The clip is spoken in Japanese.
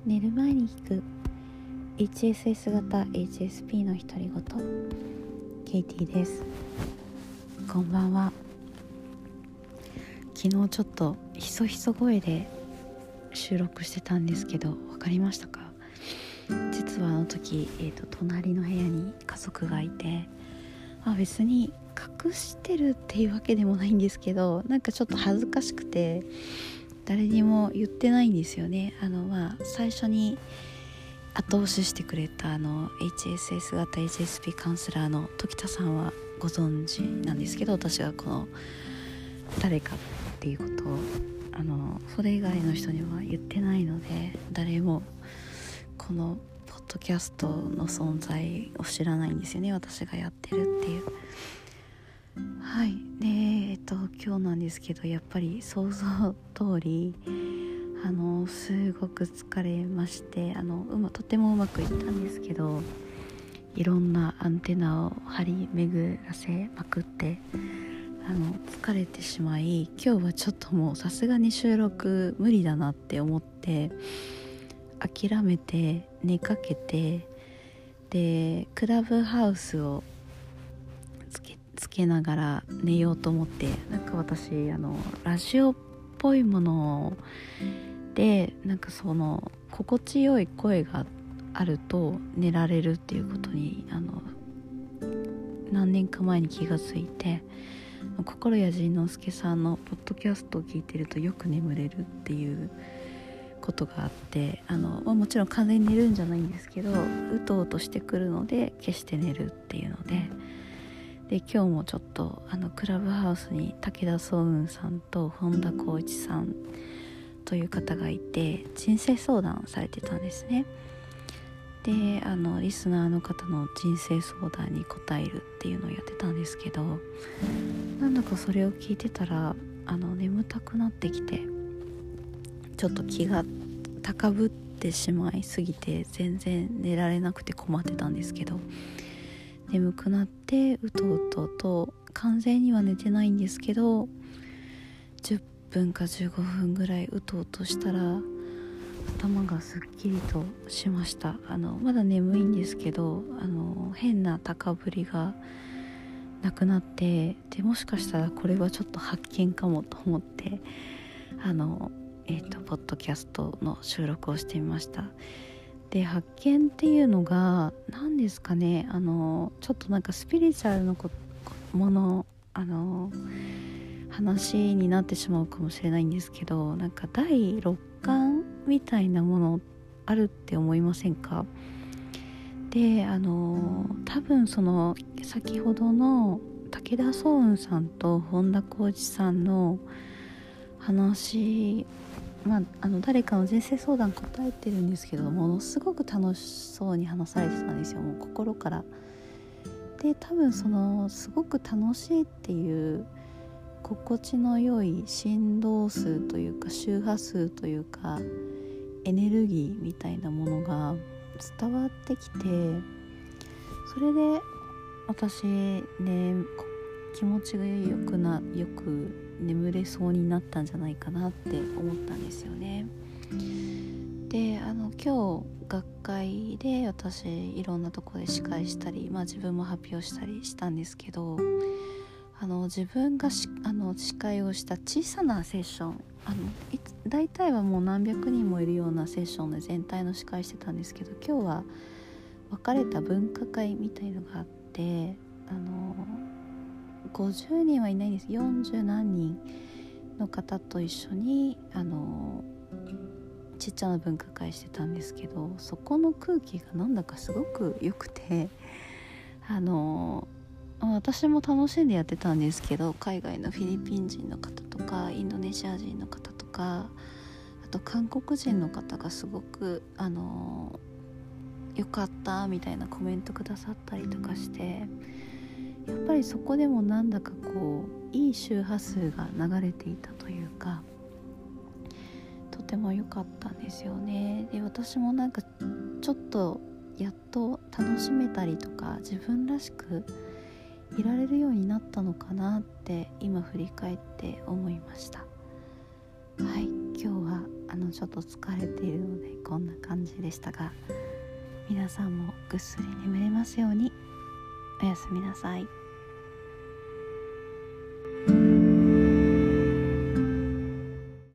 寝る前に聞く HSS 型 HSP の独り言、ケイティです。こんばんは。昨日ちょっとひそひそ声で収録してたんですけど、分かりましたか？実はあの時、隣の部屋に家族がいて、別に隠してるっていうわけでもないんですけど、なんかちょっと恥ずかしくて誰にも言ってないんですよね。最初に後押ししてくれたHSS 型 HSP カウンセラーの時田さんはご存知なんですけど、私がこの誰かっていうことをそれ以外の人には言ってないので、誰もこのポッドキャストの存在を知らないんですよね、私がやってるっていう。で今日なんですけど、やっぱり想像通りすごく疲れまして、とてもうまくいったんですけど、いろんなアンテナを張り巡らせまくって疲れてしまい、今日はちょっともうさすがに収録無理だなって思って諦めて寝かけて、でクラブハウスをつけながら寝ようと思って、なんか私ラジオっぽいもので、なんかその心地よい声があると寝られるっていうことに何年か前に気がついて、心谷仁之助さんのポッドキャストを聞いてるとよく眠れるっていうことがあって、もちろん完全に寝るんじゃないんですけど、うとうとしてくるので消して寝るっていうので、今日もちょっとクラブハウスに武田壮雲さんと本田光一さんという方がいて、人生相談されてたんですね。でリスナーの方の人生相談に答えるっていうのをやってたんですけど、なんだかそれを聞いてたら眠たくなってきて、ちょっと気が高ぶってしまいすぎて全然寝られなくて困ってたんですけど、眠くなってうとうとと、完全には寝てないんですけど10分か15分ぐらいうとうとしたら頭がすっきりとしました。まだ眠いんですけど変な高ぶりがなくなって、でもしかしたらこれはちょっと発見かもと思ってポッドキャストの収録をしてみました。で発見っていうのが何ですかね、ちょっとなんかスピリチュアルのもの話になってしまうかもしれないんですけど、なんか第六感みたいなものあるって思いませんか？で多分その先ほどの武田壮雲さんと本田光一さんの話、誰かの人生相談答えてるんですけど、ものすごく楽しそうに話されてたんですよ、もう心から。で多分そのすごく楽しいっていう心地の良い振動数というか周波数というかエネルギーみたいなものが伝わってきて、それで私ね、気持ちがよく眠れそうになったんじゃないかなって思ったんですよね。で今日学会で私いろんなところで司会したり、自分も発表したりしたんですけど、自分が司会をした小さなセッション、大体はもう何百人もいるようなセッションで全体の司会してたんですけど、今日は分かれた分科会みたいのがあって、50人はいないんです。40何人の方と一緒にちっちゃな分科会してたんですけど、そこの空気がなんだかすごく良くて、私も楽しんでやってたんですけど、海外のフィリピン人の方とかインドネシア人の方とか、あと韓国人の方がすごくよかったみたいなコメントくださったりとかして、やっぱりそこでもなんだかいい周波数が流れていたというか、とても良かったんですよね。で私もなんかちょっとやっと楽しめたりとか、自分らしくいられるようになったのかなって今振り返って思いました。今日はちょっと疲れているのでこんな感じでしたが、皆さんもぐっすり眠れますように。おやすみなさい。